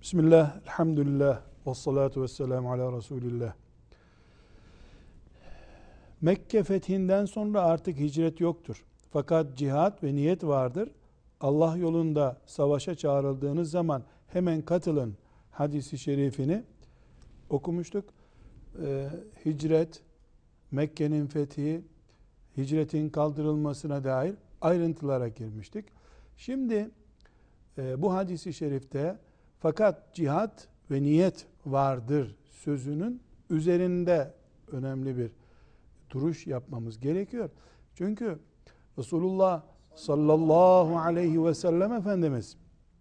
Bismillah, elhamdülillah, ve salatu ve selamu ala Resulillah. Mekke fethinden sonra artık hicret yoktur. Fakat cihat ve niyet vardır. Allah yolunda savaşa çağrıldığınız zaman hemen katılın hadisi şerifini okumuştuk. Hicret, Mekke'nin fethi, hicretin kaldırılmasına dair ayrıntılara girmiştik. Şimdi bu hadisi şerifte fakat cihat ve niyet vardır sözünün üzerinde önemli bir duruş yapmamız gerekiyor. Çünkü Resulullah sallallahu aleyhi ve sellem Efendimiz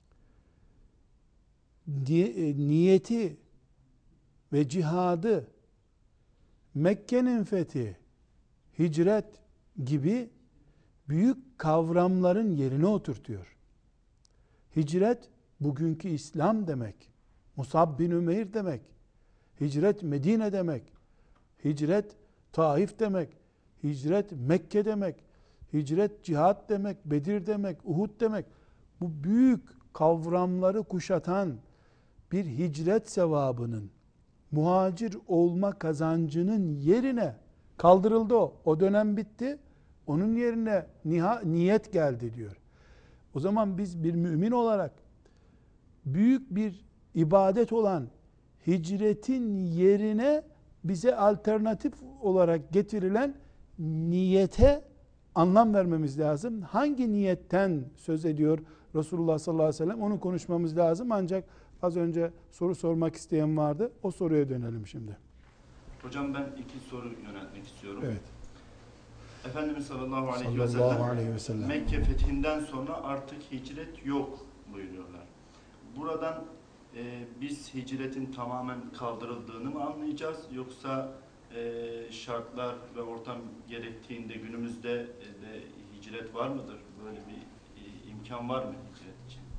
niyeti ve cihadı Mekke'nin fethi, hicret gibi büyük kavramların yerine oturtuyor. Hicret bugünkü İslam demek. Musab bin Ümeyr demek. Hicret Medine demek. Hicret Taif demek. Hicret Mekke demek. Hicret cihat demek. Bedir demek. Uhud demek. Bu büyük kavramları kuşatan bir hicret sevabının, muhacir olma kazancının yerine kaldırıldı o. O dönem bitti. Onun yerine niyet geldi diyor. O zaman biz bir mümin olarak büyük bir ibadet olan hicretin yerine bize alternatif olarak getirilen niyete anlam vermemiz lazım. Hangi niyetten söz ediyor Resulullah sallallahu aleyhi ve sellem? Onu konuşmamız lazım. Ancak az önce soru sormak isteyen vardı. O soruya dönelim şimdi. Hocam ben iki soru yöneltmek istiyorum. Evet. Efendimiz sallallahu aleyhi ve sellem Mekke fethinden sonra artık hicret yok buyuruyorlar. Buradan biz hicretin tamamen kaldırıldığını mı anlayacağız? Yoksa şartlar ve ortam gerektiğinde günümüzde de hicret var mıdır? Böyle bir imkan var mı hicret için?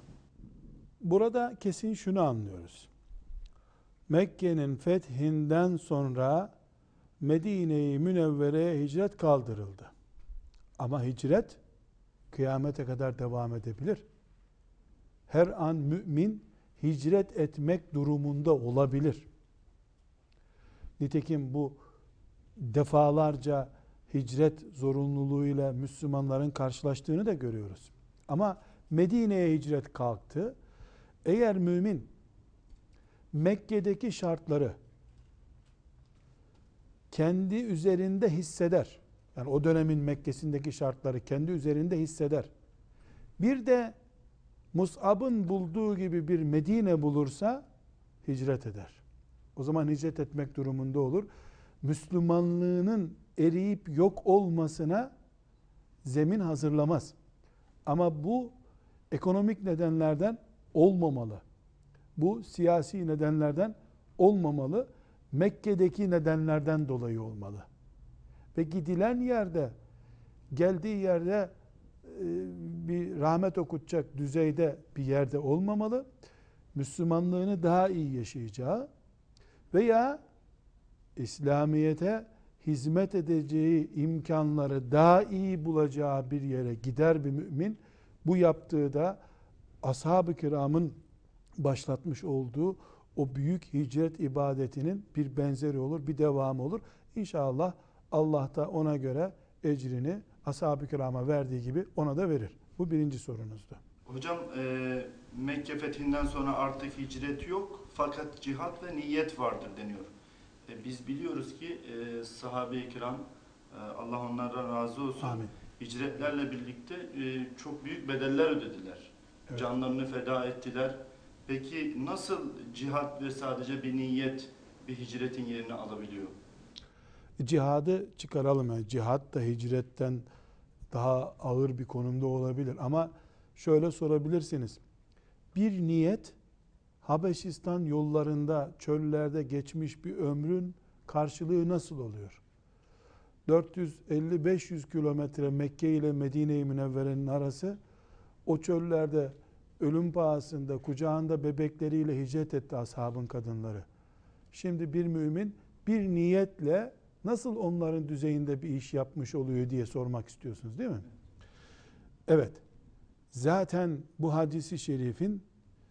Burada kesin şunu anlıyoruz. Mekke'nin fethinden sonra Medine-i Münevvere'ye hicret kaldırıldı. Ama hicret kıyamete kadar devam edebilir. Her an mümin hicret etmek durumunda olabilir. Nitekim bu defalarca hicret zorunluluğuyla Müslümanların karşılaştığını da görüyoruz. Ama Medine'ye hicret kalktı. Eğer mümin Mekke'deki şartları kendi üzerinde hisseder, yani o dönemin Mekke'sindeki şartları kendi üzerinde hisseder, bir de Mus'ab'ın bulduğu gibi bir Medine bulursa hicret eder. O zaman hicret etmek durumunda olur. Müslümanlığının eriyip yok olmasına zemin hazırlamaz. Ama bu ekonomik nedenlerden olmamalı. Bu siyasi nedenlerden olmamalı. Mekke'deki nedenlerden dolayı olmalı. Ve gidilen yerde, geldiği yerde bir rahmet okutacak düzeyde bir yerde olmamalı. Müslümanlığını daha iyi yaşayacağı veya İslamiyete hizmet edeceği imkanları daha iyi bulacağı bir yere gider bir mümin. Bu yaptığı da ashab-ı kiramın başlatmış olduğu o büyük hicret ibadetinin bir benzeri olur, bir devamı olur. İnşallah Allah da ona göre ecrini ashab-ı kirama verdiği gibi ona da verir. Bu birinci sorunuzdu. Hocam Mekke fethinden sonra artık hicret yok fakat cihat ve niyet vardır deniyor. Biz biliyoruz ki sahabe-i kiram Allah onlardan razı olsun. Amin. Hicretlerle birlikte çok büyük bedeller ödediler. Evet. Canlarını feda ettiler. Peki nasıl cihat ve sadece bir niyet bir hicretin yerini alabiliyor? Cihadı çıkaralım. Yani cihat da hicretten daha ağır bir konumda olabilir. Ama şöyle sorabilirsiniz. Bir niyet Habeşistan yollarında, çöllerde geçmiş bir ömrün karşılığı nasıl oluyor? 450-500 kilometre Mekke ile Medine-i Münevvere'nin arası, o çöllerde ölüm pahasında kucağında bebekleriyle hicret etti ashabın kadınları. Şimdi bir mümin bir niyetle nasıl onların düzeyinde bir iş yapmış oluyor diye sormak istiyorsunuz değil mi? Evet. Zaten bu hadisi şerifin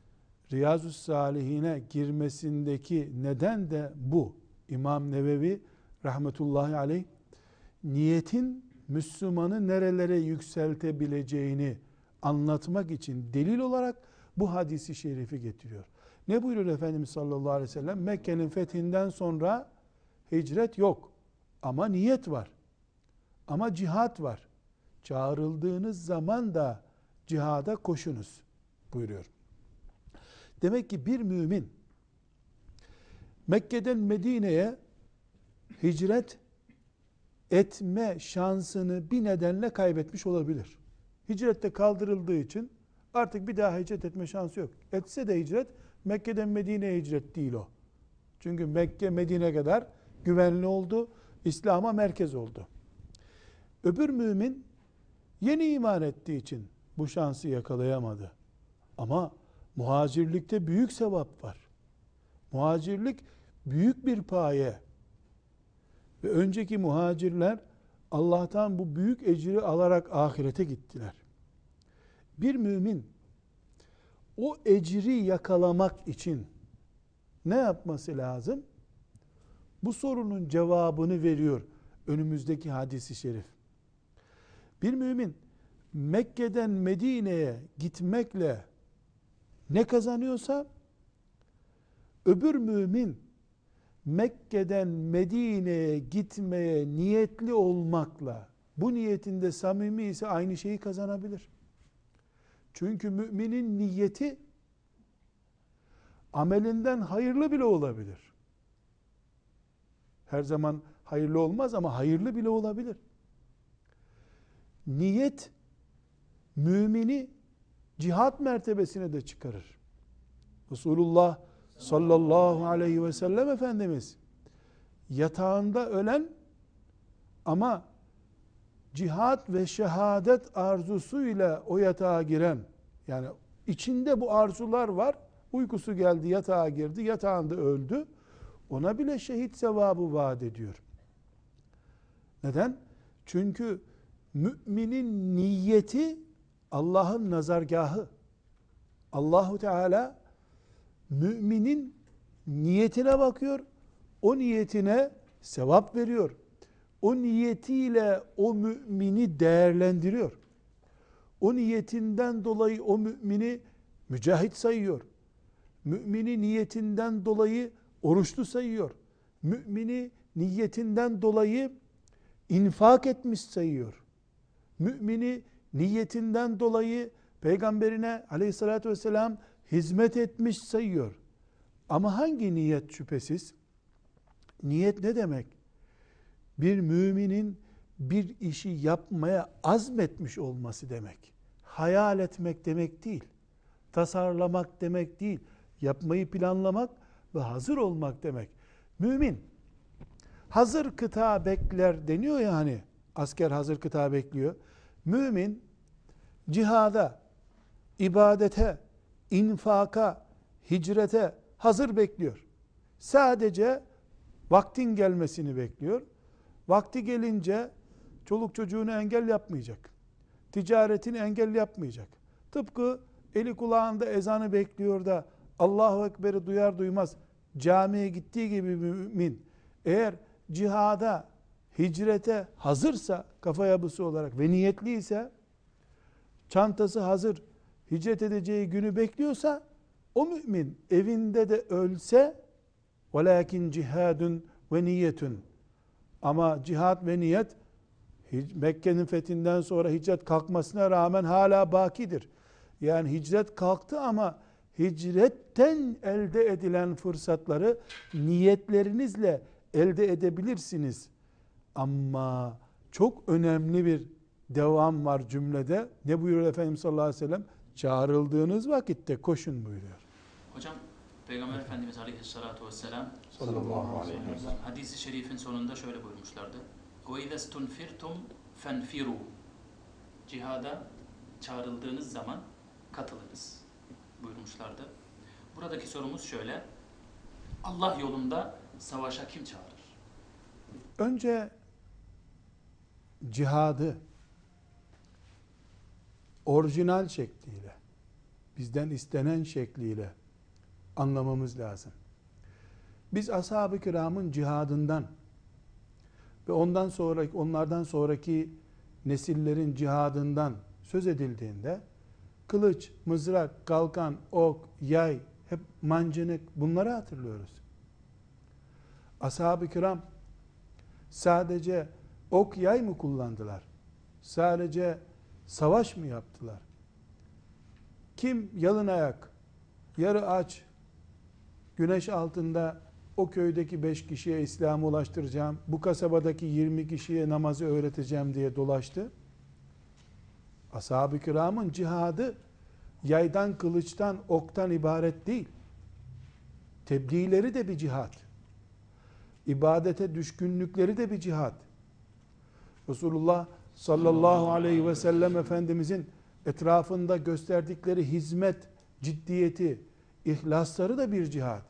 Riyazu Salihine girmesindeki neden de bu. İmam Nevevi rahmetullahi aleyh niyetin Müslümanı nerelere yükseltebileceğini anlatmak için delil olarak bu hadisi şerifi getiriyor. Ne buyuruyor Efendimiz sallallahu aleyhi ve sellem? Mekke'nin fethinden sonra hicret yok. Ama niyet var. Ama cihat var. Çağrıldığınız zaman da cihada koşunuz buyuruyor. Demek ki bir mümin Mekke'den Medine'ye hicret etme şansını bir nedenle kaybetmiş olabilir. Hicrette kaldırıldığı için artık bir daha hicret etme şansı yok. Etse de hicret, Mekke'den Medine'ye hicret değil o. Çünkü Mekke Medine kadar güvenli oldu, İslam'a merkez oldu. Öbür mümin yeni iman ettiği için bu şansı yakalayamadı. Ama muhacirlikte büyük sevap var. Muhacirlik büyük bir paye. Ve önceki muhacirler Allah'tan bu büyük ecri alarak ahirete gittiler. Bir mümin o ecri yakalamak için ne yapması lazım? Bu sorunun cevabını veriyor önümüzdeki hadis-i şerif. Bir mümin Mekke'den Medine'ye gitmekle ne kazanıyorsa öbür mümin Mekke'den Medine'ye gitmeye niyetli olmakla bu niyetinde samimi ise aynı şeyi kazanabilir. Çünkü müminin niyeti amelinden hayırlı bile olabilir. Her zaman hayırlı olmaz ama hayırlı bile olabilir. Niyet mümini cihat mertebesine de çıkarır. Resulullah sallallahu aleyhi ve sellem Efendimiz yatağında ölen ama cihat ve şehadet arzusuyla o yatağa giren, yani içinde bu arzular var, uykusu geldi yatağa girdi, yatağında öldü, ona bile şehit sevabı vaat ediyor. Neden? Çünkü müminin niyeti Allah'ın nazargahı. Allahu Teala müminin niyetine bakıyor, o niyetine sevap veriyor. O niyetiyle o mümini değerlendiriyor. O niyetinden dolayı o mümini mücahit sayıyor. Mümini niyetinden dolayı oruçlu sayıyor. Mümini niyetinden dolayı infak etmiş sayıyor. Mümini niyetinden dolayı peygamberine aleyhissalatü vesselam hizmet etmiş sayıyor. Ama hangi niyet şüphesiz? Niyet ne demek? Bir müminin bir işi yapmaya azmetmiş olması demek. Hayal etmek demek değil. Tasarlamak demek değil. Yapmayı planlamak ve hazır olmak demek. Mümin hazır kıta bekler deniyor ya, hani asker hazır kıta bekliyor. Mümin cihada, ibadete, infaka, hicrete hazır bekliyor. Sadece vaktin gelmesini bekliyor. Vakti gelince çoluk çocuğunu engel yapmayacak. Ticaretini engel yapmayacak. Tıpkı eli kulağında ezanı bekliyor da Allahu Ekber'i duyar duymaz camiye gittiği gibi mümin, eğer cihada, hicrete hazırsa, kafa yapısı olarak ve niyetliyse, çantası hazır, hicret edeceği günü bekliyorsa, o mümin evinde de ölse velakin cihadun ve niyetun, ama cihat ve niyet Mekke'nin fethinden sonra hicret kalkmasına rağmen hala bakidir. Yani hicret kalktı ama hicretten elde edilen fırsatları niyetlerinizle elde edebilirsiniz. Ama çok önemli bir devam var cümlede. Ne buyuruyor Efendimiz sallallahu aleyhi ve sellem? Çağrıldığınız vakitte koşun buyuruyor. Hocam Peygamber Efendimiz aleyhissalatu vesselam sallallahu aleyhi ve sellem hadis-i şerifin sonunda şöyle buyurmuşlardı. وَاِذَا اسْتُنْفِرْتُمْ فَانْفِرُوا Cihada çağrıldığınız zaman katılınız buyurmuşlardı. Buradaki sorumuz şöyle: Allah yolunda savaşa kim çağırır? Önce cihadı orijinal şekliyle, bizden istenen şekliyle anlamamız lazım. Biz ashab-ı kiramın cihadından ve onlardan sonraki nesillerin cihadından söz edildiğinde kılıç, mızrak, kalkan, ok, yay, hep mancınık, bunları hatırlıyoruz. Ashab-ı kiram sadece ok, yay mı kullandılar? Sadece savaş mı yaptılar? Kim yalın ayak, yarı aç, güneş altında o köydeki 5 kişiye İslam'ı ulaştıracağım, bu kasabadaki 20 kişiye namazı öğreteceğim diye dolaştı? Ashab-ı kiramın cihadı yaydan, kılıçtan, oktan ibaret değil. Tebliğleri de bir cihat. İbadete düşkünlükleri de bir cihat. Resulullah sallallahu aleyhi ve sellem Efendimizin etrafında gösterdikleri hizmet, ciddiyeti, ihlasları da bir cihat.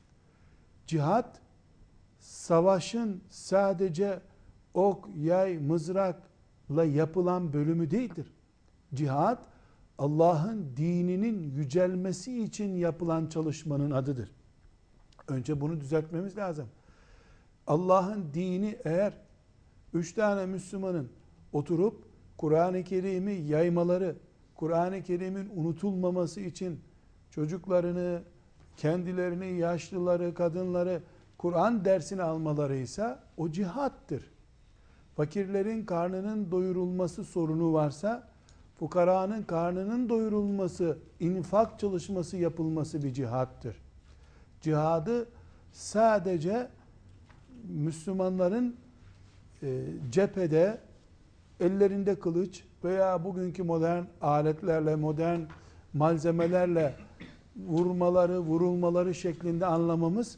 Cihat, savaşın sadece ok, yay, mızrakla yapılan bölümü değildir. Cihat, Allah'ın dininin yücelmesi için yapılan çalışmanın adıdır. Önce bunu düzeltmemiz lazım. Allah'ın dini eğer 3 tane Müslümanın oturup Kur'an-ı Kerim'i yaymaları, Kur'an-ı Kerim'in unutulmaması için çocuklarını, kendilerini, yaşlıları, kadınları Kur'an dersini almalarıysa o cihattır. Fakirlerin karnının doyurulması sorunu varsa fukaranın karnının doyurulması, infak çalışması yapılması bir cihattır. Cihadı sadece Müslümanların cephede ellerinde kılıç veya bugünkü modern aletlerle, modern malzemelerle vurulmaları şeklinde anlamamız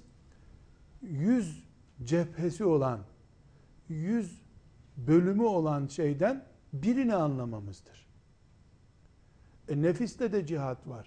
100 cephesi olan, 100 bölümü olan şeyden birini anlamamızdır. Nefiste de cihat var.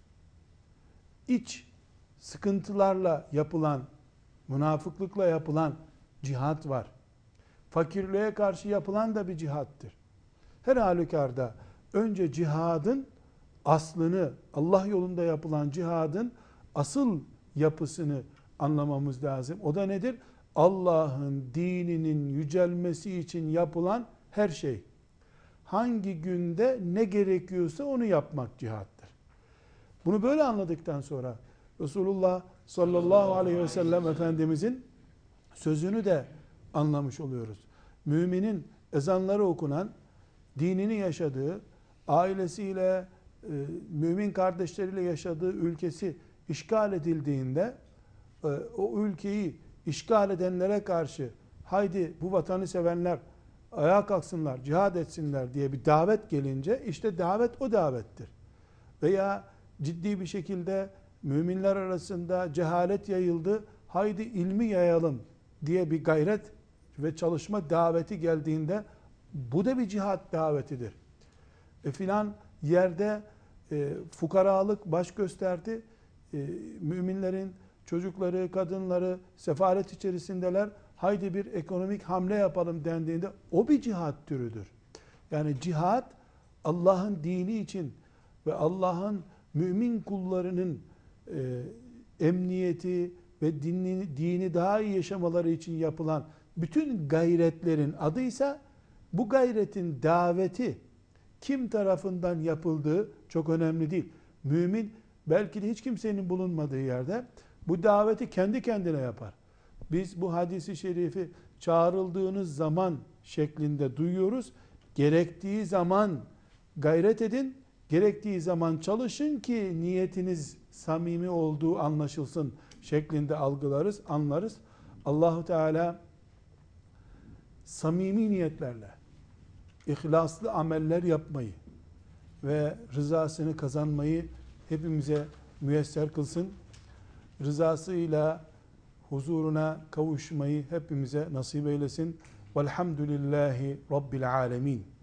İç sıkıntılarla yapılan, münafıklıkla yapılan cihat var. Fakirliğe karşı yapılan da bir cihattır. Her halükarda önce cihadın aslını, Allah yolunda yapılan cihadın asıl yapısını anlamamız lazım. O da nedir? Allah'ın dininin yücelmesi için yapılan her şey. Hangi günde ne gerekiyorsa onu yapmak cihattır. Bunu böyle anladıktan sonra Resulullah sallallahu aleyhi ve sellem Efendimizin sözünü de anlamış oluyoruz. Müminin ezanları okunan, dinini yaşadığı, ailesiyle, mümin kardeşleriyle yaşadığı ülkesi işgal edildiğinde o ülkeyi işgal edenlere karşı haydi bu vatanı sevenler ayağa kalksınlar, cihad etsinler diye bir davet gelince işte davet o davettir. Veya ciddi bir şekilde müminler arasında cehalet yayıldı, haydi ilmi yayalım diye bir gayret ve çalışma daveti geldiğinde bu da bir cihat davetidir. Filan yerde fukaralık baş gösterdi, müminlerin çocukları, kadınları sefalet içerisindeler, haydi bir ekonomik hamle yapalım dendiğinde o bir cihat türüdür. Yani cihat Allah'ın dini için ve Allah'ın mümin kullarının emniyeti ve dini daha iyi yaşamaları için yapılan bütün gayretlerin adıysa bu gayretin daveti kim tarafından yapıldığı çok önemli değil. Mümin belki de hiç kimsenin bulunmadığı yerde bu daveti kendi kendine yapar. Biz bu hadisi şerifi çağrıldığınız zaman şeklinde duyuyoruz. Gerektiği zaman gayret edin, gerektiği zaman çalışın ki niyetiniz samimi olduğu anlaşılsın şeklinde algılarız, anlarız. Allahu Teala samimi niyetlerle ihlaslı ameller yapmayı ve rızasını kazanmayı hepimize müyesser kılsın. Rızasıyla huzuruna kavuşmayı hepimize nasip eylesin. Velhamdülillahi Rabbil alemin.